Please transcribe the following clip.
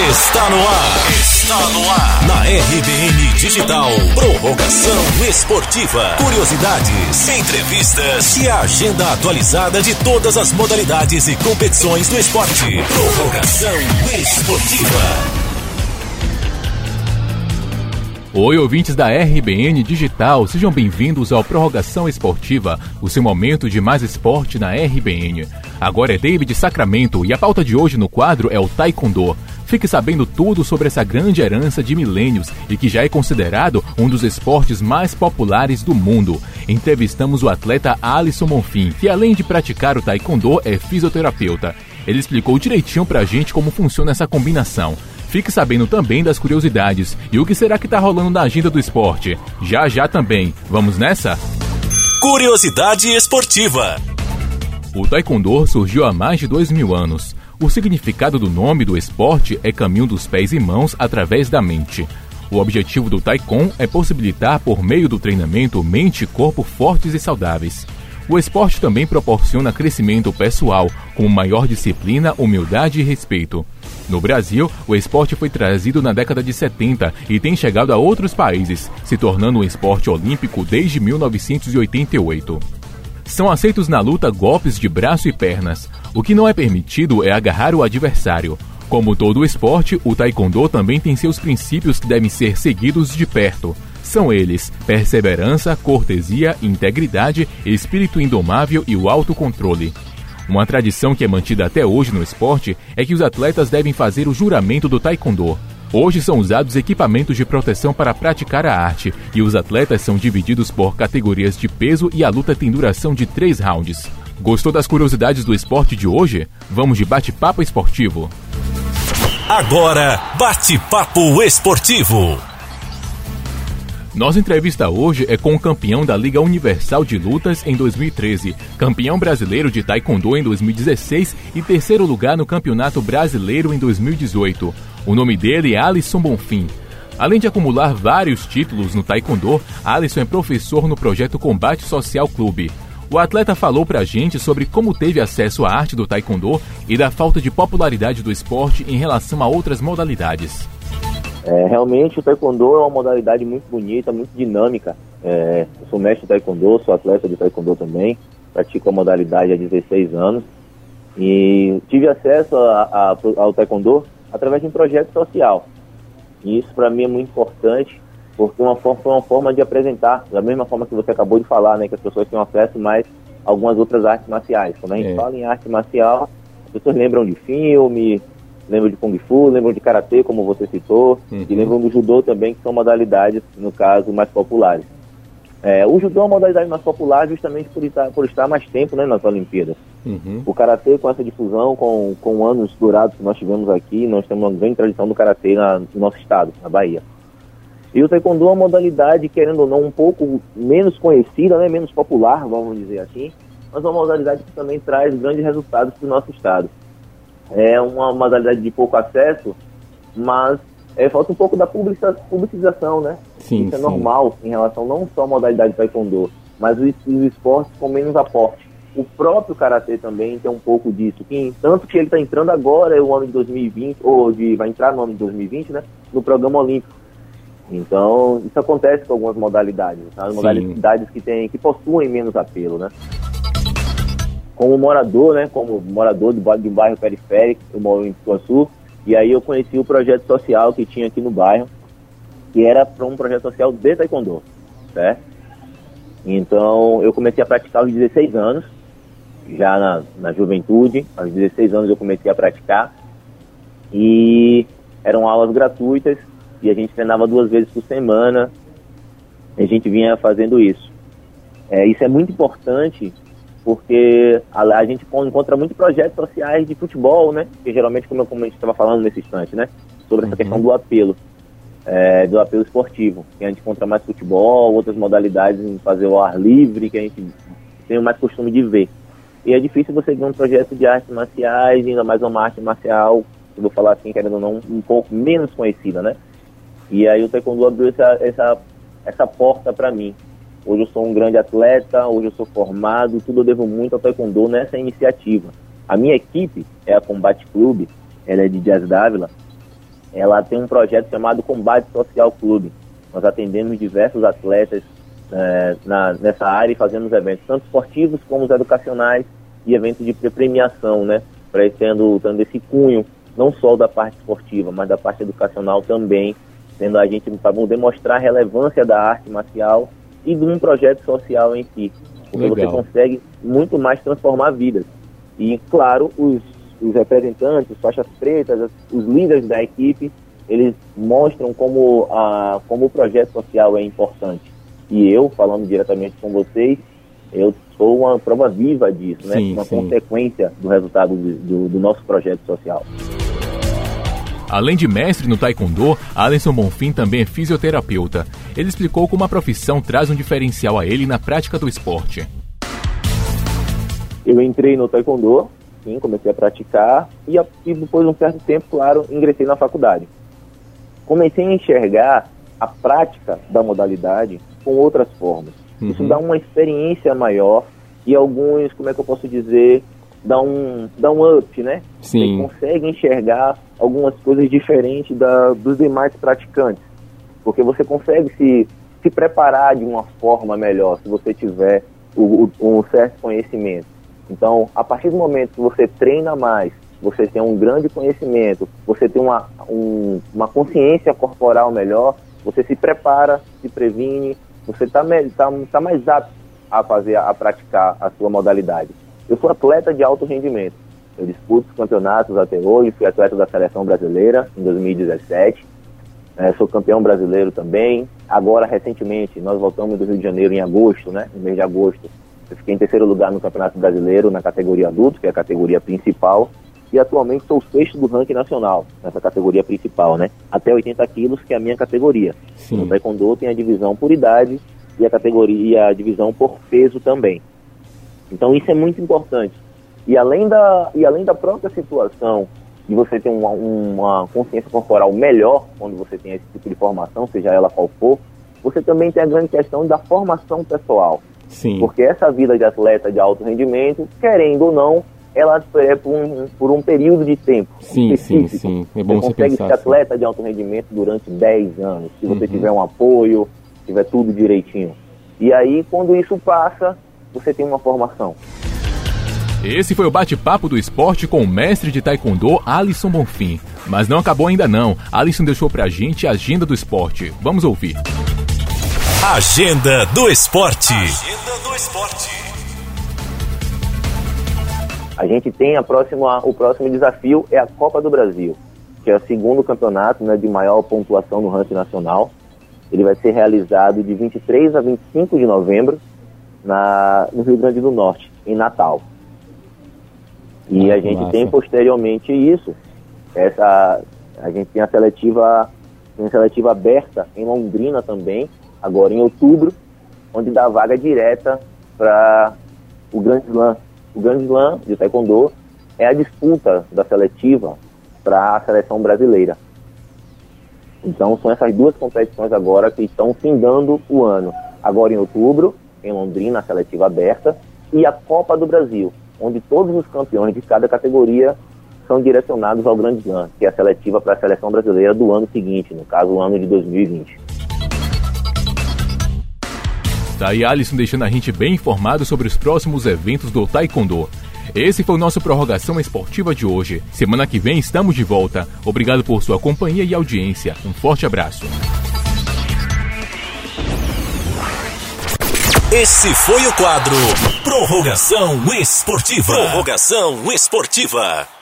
Está no ar. Está no ar. Na RBN Digital. Prorrogação esportiva. Curiosidades, entrevistas e a agenda atualizada de todas as modalidades e competições do esporte. Prorrogação esportiva. Oi, ouvintes da RBN Digital, sejam bem-vindos ao Prorrogação Esportiva, o seu momento de mais esporte na RBN. Agora é David Sacramento e a pauta de hoje no quadro é o Taekwondo. Fique sabendo tudo sobre essa grande herança de milênios e que já é considerado um dos esportes mais populares do mundo. Entrevistamos o atleta Alisson Bonfim, que além de praticar o Taekwondo é fisioterapeuta. Ele explicou direitinho pra gente como funciona essa combinação. Fique sabendo também das curiosidades e o que será que tá rolando na agenda do esporte. Já também. Vamos nessa? Curiosidade esportiva. O Taekwondo surgiu há mais de 2.000 anos. O significado do nome do esporte é caminho dos pés e mãos através da mente. O objetivo do Taekwondo é possibilitar, por meio do treinamento, mente e corpo fortes e saudáveis. O esporte também proporciona crescimento pessoal, com maior disciplina, humildade e respeito. No Brasil, o esporte foi trazido na década de 70 e tem chegado a outros países, se tornando um esporte olímpico desde 1988. São aceitos na luta golpes de braço e pernas. O que não é permitido é agarrar o adversário. Como todo esporte, o Taekwondo também tem seus princípios que devem ser seguidos de perto. São eles: perseverança, cortesia, integridade, espírito indomável e o autocontrole. Uma tradição que é mantida até hoje no esporte é que os atletas devem fazer o juramento do Taekwondo. Hoje são usados equipamentos de proteção para praticar a arte e os atletas são divididos por categorias de peso e a luta tem duração de 3 rounds. Gostou das curiosidades do esporte de hoje? Vamos de bate-papo esportivo. Agora, bate-papo esportivo. Nossa entrevista hoje é com o campeão da Liga Universal de Lutas em 2013, campeão brasileiro de Taekwondo em 2016 e terceiro lugar no Campeonato Brasileiro em 2018. O nome dele é Alisson Bonfim. Além de acumular vários títulos no Taekwondo, Alisson é professor no projeto Combate Social Clube. O atleta falou pra gente sobre como teve acesso à arte do Taekwondo e da falta de popularidade do esporte em relação a outras modalidades. Realmente o Taekwondo é uma modalidade muito bonita, muito dinâmica. Eu sou mestre de Taekwondo, sou atleta de Taekwondo também, pratico a modalidade há 16 anos e tive acesso ao Taekwondo através de um projeto social. E isso para mim é muito importante, porque foi uma forma de apresentar, da mesma forma que você acabou de falar, né, que as pessoas têm acesso mais a algumas outras artes marciais. Quando a gente fala em arte marcial, as pessoas lembram de filme, lembram de Kung Fu, lembram de Karatê, como você citou, e lembram do Judô também, que são modalidades, no caso, mais populares. O Judô é uma modalidade mais popular justamente por estar mais tempo, né, nas Olimpíadas. O Karatê, com essa difusão, com anos dourados que nós tivemos aqui, nós temos uma grande tradição do Karatê no nosso estado, na Bahia. E o Taekwondo é uma modalidade, querendo ou não, um pouco menos conhecida, né, menos popular, vamos dizer assim, mas uma modalidade que também traz grandes resultados para o nosso estado. É uma modalidade de pouco acesso, mas falta um pouco da publicização, né? Sim, isso é normal em relação não só à modalidade de Taekwondo, mas os esportes com menos aporte. O próprio Karatê também tem um pouco disso, tanto que ele está entrando agora, o ano de 2020, vai entrar no ano de 2020, né? No programa olímpico. Então, isso acontece com algumas modalidades, tá? Modalidades que possuem menos apelo, né? Como morador de um bairro periférico, eu moro em Pituaçu, e aí eu conheci o projeto social que tinha aqui no bairro, que era um projeto social de Taekwondo, certo? Então, eu comecei a praticar aos 16 anos, já na juventude, aos 16 anos eu comecei a praticar, e eram aulas gratuitas, e a gente treinava 2 vezes por semana, e a gente vinha fazendo isso. Isso é muito importante, porque a gente encontra muitos projetos sociais de futebol, né? Que geralmente, como a gente estava falando nesse instante, né? Sobre essa questão do apelo esportivo. Que a gente encontra mais futebol, outras modalidades em fazer o ar livre, que a gente tem mais costume de ver. E é difícil você ver um projeto de artes marciais, ainda mais uma arte marcial, eu vou falar assim, querendo ou não, um pouco menos conhecida, né? E aí o Taekwondo abriu essa porta para mim. Hoje eu sou um grande atleta, hoje eu sou formado, tudo eu devo muito ao Taekwondo nessa iniciativa. A minha equipe é a Combate Clube, ela é de Dias Dávila, ela tem um projeto chamado Combate Social Clube. Nós atendemos diversos atletas nessa área e fazemos eventos, tanto esportivos como os educacionais e eventos de premiação, né? Tendo esse cunho, não só da parte esportiva, mas da parte educacional também, sendo a gente para demonstrar a relevância da arte marcial e de um projeto social em si. Porque Legal. Você consegue muito mais transformar vidas. E, claro, os representantes, os faixas pretas, os líderes da equipe, eles mostram como o projeto social é importante. E eu, falando diretamente com vocês, eu sou uma prova viva disso, né? Uma consequência do resultado do nosso projeto social. Além de mestre no Taekwondo, Alisson Bonfim também é fisioterapeuta. Ele explicou como a profissão traz um diferencial a ele na prática do esporte. Eu entrei no Taekwondo, sim, comecei a praticar e depois de um certo tempo, claro, ingressei na faculdade. Comecei a enxergar a prática da modalidade com outras formas. Isso dá uma experiência maior e alguns, como é que eu posso dizer, dá um up, né? Sim. Você consegue enxergar algumas coisas diferentes dos demais praticantes, porque você consegue se preparar de uma forma melhor se você tiver um certo conhecimento. Então, a partir do momento que você treina mais, você tem um grande conhecimento, você tem uma consciência corporal melhor, você se prepara, se previne, você está mais apto a praticar a sua modalidade. Eu sou atleta de alto rendimento. Eu disputo os campeonatos até hoje, fui atleta da Seleção Brasileira em 2017. Sou campeão brasileiro também. Agora, recentemente, nós voltamos do Rio de Janeiro em agosto, né? No mês de agosto. Eu fiquei em terceiro lugar no Campeonato Brasileiro, na categoria adulto, que é a categoria principal. E atualmente sou o sexto do ranking nacional, nessa categoria principal, né? Até 80 quilos, que é a minha categoria. Sim. No Taekwondo tem a divisão por idade e a divisão por peso também. Então isso é muito importante. E além da própria situação de você ter uma consciência corporal melhor, quando você tem esse tipo de formação, seja ela qual for, você também tem a grande questão da formação pessoal. Sim. Porque essa vida de atleta de alto rendimento, querendo ou não, ela é por um período de tempo específico. Sim. É bom você consegue ser atleta de alto rendimento durante 10 anos, se você tiver um apoio, tiver tudo direitinho. E aí, quando isso passa, você tem uma formação. Esse foi o bate-papo do esporte com o mestre de Taekwondo, Alisson Bonfim. Mas não acabou ainda não. Alisson deixou pra gente a agenda do esporte. Vamos ouvir. Agenda do esporte. A gente tem o próximo desafio é a Copa do Brasil, que é o segundo campeonato, né, de maior pontuação no ranking nacional. Ele vai ser realizado de 23 a 25 de novembro no Rio Grande do Norte, em Natal. E a gente tem posteriormente isso, a gente tem a seletiva aberta em Londrina também, agora em outubro, onde dá vaga direta para o Grand Slam. O Grand Slam de Taekwondo é a disputa da seletiva para a seleção brasileira. Então são essas duas competições agora que estão findando o ano. Agora em outubro, em Londrina, a seletiva aberta, e a Copa do Brasil, onde todos os campeões de cada categoria são direcionados ao Grand Slam, que é a seletiva para a seleção brasileira do ano seguinte, no caso o ano de 2020. Tá aí Alisson deixando a gente bem informado sobre os próximos eventos do Taekwondo. Esse foi o nosso Prorrogação Esportiva de hoje. Semana que vem estamos de volta. Obrigado por sua companhia e audiência. Um forte abraço. Esse foi o quadro Prorrogação Esportiva.